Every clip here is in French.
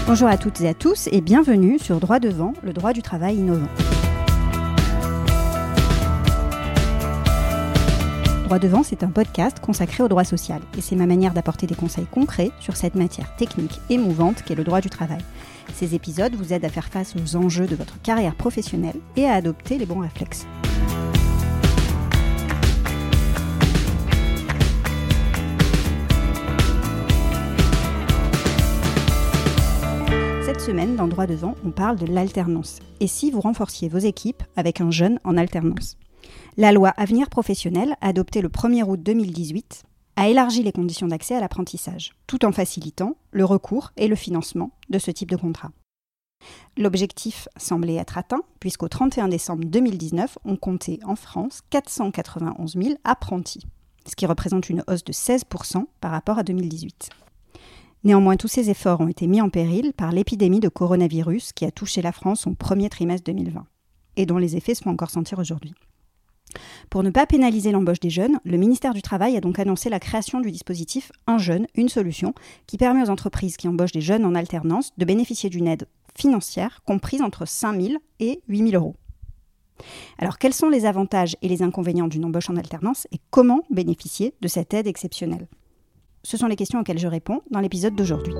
Bonjour à toutes et à tous et bienvenue sur Droit Devant, le droit du travail innovant. Droit Devant, c'est un podcast consacré au droit social et c'est ma manière d'apporter des conseils concrets sur cette matière technique et mouvante qu'est le droit du travail. Ces épisodes vous aident à faire face aux enjeux de votre carrière professionnelle et à adopter les bons réflexes. Cette semaine, dans Droit Devant, on parle de l'alternance. Et si vous renforciez vos équipes avec un jeune en alternance ? La loi Avenir Professionnel, adoptée le 1er août 2018, a élargi les conditions d'accès à l'apprentissage, tout en facilitant le recours et le financement de ce type de contrat. L'objectif semblait être atteint, puisqu'au 31 décembre 2019, on comptait en France 491 000 apprentis, ce qui représente une hausse de 16% par rapport à 2018. Néanmoins, tous ces efforts ont été mis en péril par l'épidémie de coronavirus qui a touché la France au premier trimestre 2020 et dont les effets se font encore sentir aujourd'hui. Pour ne pas pénaliser l'embauche des jeunes, le ministère du Travail a donc annoncé la création du dispositif Un jeune, une solution qui permet aux entreprises qui embauchent des jeunes en alternance de bénéficier d'une aide financière comprise entre 5 000 et 8 000 euros. Alors, quels sont les avantages et les inconvénients d'une embauche en alternance et comment bénéficier de cette aide exceptionnelle ? Ce sont les questions auxquelles je réponds dans l'épisode d'aujourd'hui.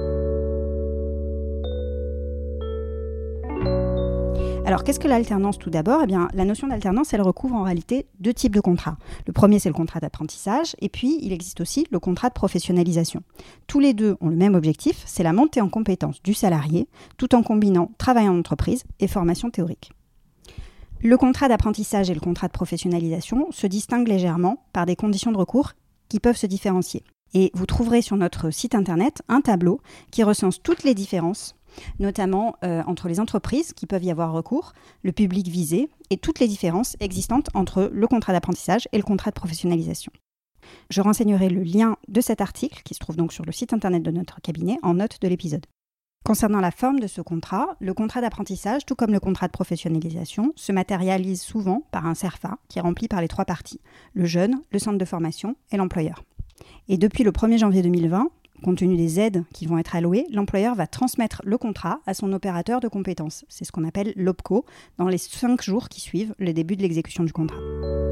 Alors, qu'est-ce que l'alternance tout d'abord ? Eh bien, la notion d'alternance, elle recouvre en réalité deux types de contrats. Le premier, c'est le contrat d'apprentissage, et puis il existe aussi le contrat de professionnalisation. Tous les deux ont le même objectif, c'est la montée en compétence du salarié, tout en combinant travail en entreprise et formation théorique. Le contrat d'apprentissage et le contrat de professionnalisation se distinguent légèrement par des conditions de recours qui peuvent se différencier. Et vous trouverez sur notre site internet un tableau qui recense toutes les différences, notamment entre les entreprises qui peuvent y avoir recours, le public visé et toutes les différences existantes entre le contrat d'apprentissage et le contrat de professionnalisation. Je renseignerai le lien de cet article, qui se trouve donc sur le site internet de notre cabinet, en note de l'épisode. Concernant la forme de ce contrat, le contrat d'apprentissage, tout comme le contrat de professionnalisation, se matérialise souvent par un CERFA qui est rempli par les trois parties, le jeune, le centre de formation et l'employeur. Et depuis le 1er janvier 2020, compte tenu des aides qui vont être allouées, l'employeur va transmettre le contrat à son opérateur de compétences. C'est ce qu'on appelle l'OPCO, dans les 5 jours qui suivent le début de l'exécution du contrat.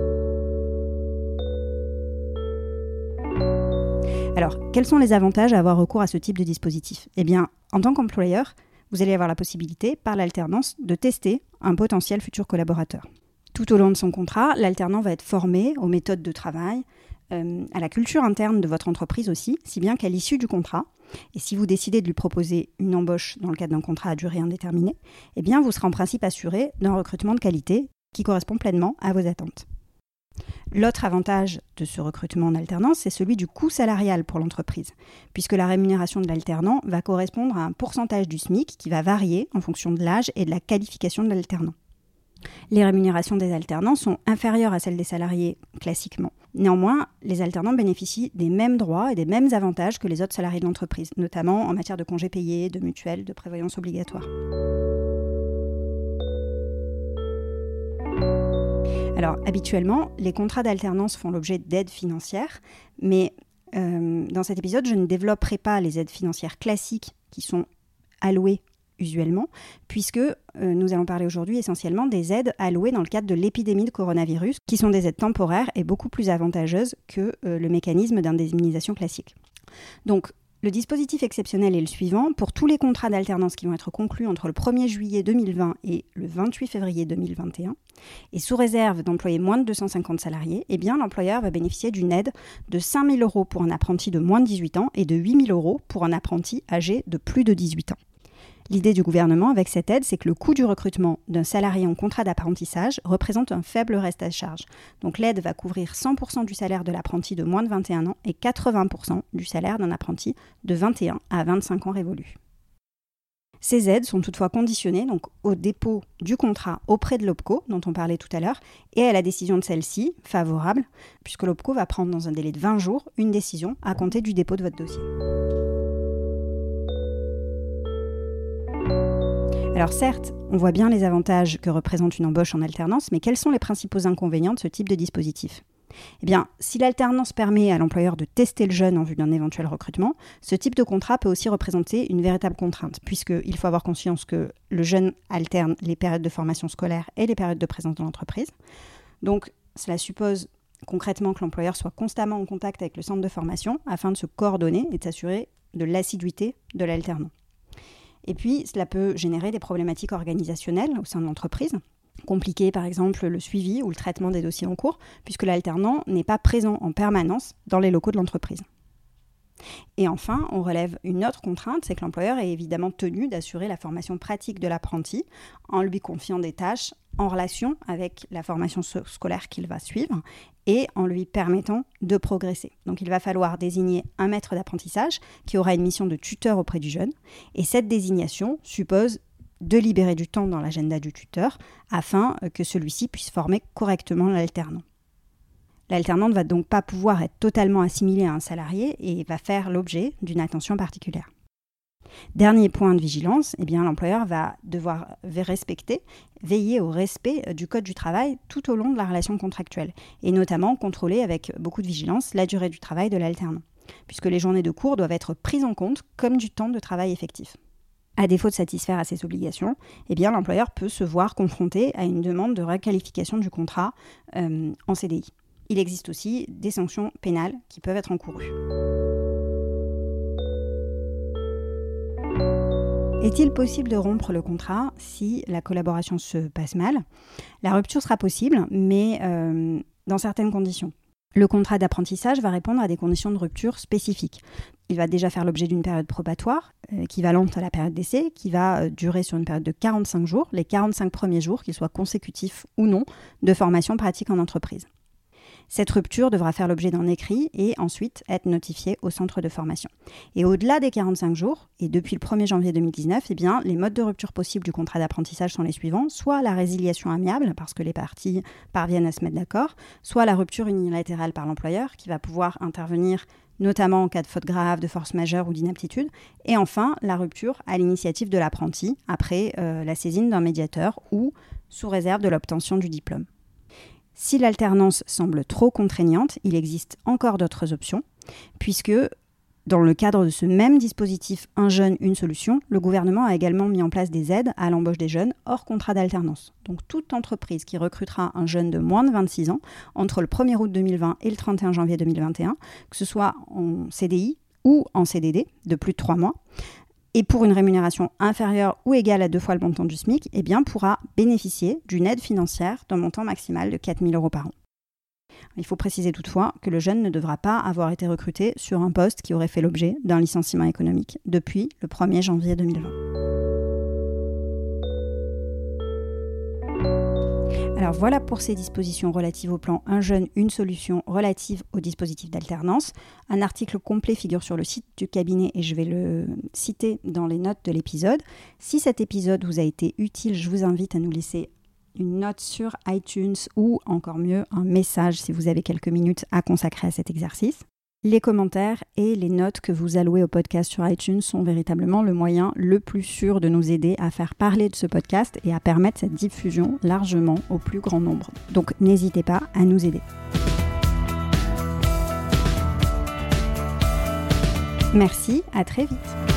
Alors, quels sont les avantages à avoir recours à ce type de dispositif ? Eh bien, en tant qu'employeur, vous allez avoir la possibilité, par l'alternance, de tester un potentiel futur collaborateur. Tout au long de son contrat, l'alternant va être formé aux méthodes de travail, à la culture interne de votre entreprise aussi, si bien qu'à l'issue du contrat, et si vous décidez de lui proposer une embauche dans le cadre d'un contrat à durée indéterminée, eh bien vous serez en principe assuré d'un recrutement de qualité qui correspond pleinement à vos attentes. L'autre avantage de ce recrutement en alternance, c'est celui du coût salarial pour l'entreprise, puisque la rémunération de l'alternant va correspondre à un pourcentage du SMIC qui va varier en fonction de l'âge et de la qualification de l'alternant. Les rémunérations des alternants sont inférieures à celles des salariés classiquement. Néanmoins, les alternants bénéficient des mêmes droits et des mêmes avantages que les autres salariés de l'entreprise, notamment en matière de congés payés, de mutuelles, de prévoyance obligatoire. Alors, habituellement, les contrats d'alternance font l'objet d'aides financières, mais dans cet épisode, je ne développerai pas les aides financières classiques qui sont allouées usuellement, puisque nous allons parler aujourd'hui essentiellement des aides allouées dans le cadre de l'épidémie de coronavirus, qui sont des aides temporaires et beaucoup plus avantageuses que le mécanisme d'indemnisation classique. Donc, le dispositif exceptionnel est le suivant. Pour tous les contrats d'alternance qui vont être conclus entre le 1er juillet 2020 et le 28 février 2021, et sous réserve d'employer moins de 250 salariés, eh bien, l'employeur va bénéficier d'une aide de 5 000 euros pour un apprenti de moins de 18 ans et de 8 000 euros pour un apprenti âgé de plus de 18 ans. L'idée du gouvernement avec cette aide, c'est que le coût du recrutement d'un salarié en contrat d'apprentissage représente un faible reste à charge. Donc l'aide va couvrir 100% du salaire de l'apprenti de moins de 21 ans et 80% du salaire d'un apprenti de 21 à 25 ans révolus. Ces aides sont toutefois conditionnées donc, au dépôt du contrat auprès de l'OPCO, dont on parlait tout à l'heure, et à la décision de celle-ci, favorable, puisque l'OPCO va prendre dans un délai de 20 jours une décision à compter du dépôt de votre dossier. Alors certes, on voit bien les avantages que représente une embauche en alternance, mais quels sont les principaux inconvénients de ce type de dispositif ? Eh bien, si l'alternance permet à l'employeur de tester le jeune en vue d'un éventuel recrutement, ce type de contrat peut aussi représenter une véritable contrainte, puisqu'il faut avoir conscience que le jeune alterne les périodes de formation scolaire et les périodes de présence dans l'entreprise. Donc, cela suppose concrètement que l'employeur soit constamment en contact avec le centre de formation afin de se coordonner et de s'assurer de l'assiduité de l'alternant. Et puis, cela peut générer des problématiques organisationnelles au sein de l'entreprise, compliquer par exemple le suivi ou le traitement des dossiers en cours, puisque l'alternant n'est pas présent en permanence dans les locaux de l'entreprise. Et enfin, on relève une autre contrainte, c'est que l'employeur est évidemment tenu d'assurer la formation pratique de l'apprenti en lui confiant des tâches en relation avec la formation scolaire qu'il va suivre et en lui permettant de progresser. Donc il va falloir désigner un maître d'apprentissage qui aura une mission de tuteur auprès du jeune, et cette désignation suppose de libérer du temps dans l'agenda du tuteur afin que celui-ci puisse former correctement l'alternant. L'alternant ne va donc pas pouvoir être totalement assimilé à un salarié et va faire l'objet d'une attention particulière. Dernier point de vigilance, l'employeur va devoir veiller au respect du code du travail tout au long de la relation contractuelle et notamment contrôler avec beaucoup de vigilance la durée du travail de l'alternant, puisque les journées de cours doivent être prises en compte comme du temps de travail effectif. À défaut de satisfaire à ces obligations, l'employeur peut se voir confronté à une demande de requalification du contrat en CDI. Il existe aussi des sanctions pénales qui peuvent être encourues. Est-il possible de rompre le contrat si la collaboration se passe mal ? La rupture sera possible, mais dans certaines conditions. Le contrat d'apprentissage va répondre à des conditions de rupture spécifiques. Il va déjà faire l'objet d'une période probatoire, équivalente à la période d'essai, qui va durer sur une période de 45 jours, les 45 premiers jours, qu'ils soient consécutifs ou non, de formation pratique en entreprise. Cette rupture devra faire l'objet d'un écrit et ensuite être notifiée au centre de formation. Et au-delà des 45 jours, et depuis le 1er janvier 2019, les modes de rupture possibles du contrat d'apprentissage sont les suivants, soit la résiliation amiable, parce que les parties parviennent à se mettre d'accord, soit la rupture unilatérale par l'employeur, qui va pouvoir intervenir notamment en cas de faute grave, de force majeure ou d'inaptitude, et enfin la rupture à l'initiative de l'apprenti, après la saisine d'un médiateur ou sous réserve de l'obtention du diplôme. Si l'alternance semble trop contraignante, il existe encore d'autres options, puisque dans le cadre de ce même dispositif « Un jeune, une solution », le gouvernement a également mis en place des aides à l'embauche des jeunes hors contrat d'alternance. Donc toute entreprise qui recrutera un jeune de moins de 26 ans entre le 1er août 2020 et le 31 janvier 2021, que ce soit en CDI ou en CDD de plus de 3 mois, et pour une rémunération inférieure ou égale à 2 fois le montant du SMIC, pourra bénéficier d'une aide financière d'un montant maximal de 4 000 € par an. Il faut préciser toutefois que le jeune ne devra pas avoir été recruté sur un poste qui aurait fait l'objet d'un licenciement économique depuis le 1er janvier 2020. Alors voilà pour ces dispositions relatives au plan Un jeune, une solution relative au dispositif d'alternance. Un article complet figure sur le site du cabinet et je vais le citer dans les notes de l'épisode. Si cet épisode vous a été utile, je vous invite à nous laisser une note sur iTunes ou encore mieux un message si vous avez quelques minutes à consacrer à cet exercice. Les commentaires et les notes que vous allouez au podcast sur iTunes sont véritablement le moyen le plus sûr de nous aider à faire parler de ce podcast et à permettre cette diffusion largement au plus grand nombre. Donc n'hésitez pas à nous aider. Merci, à très vite.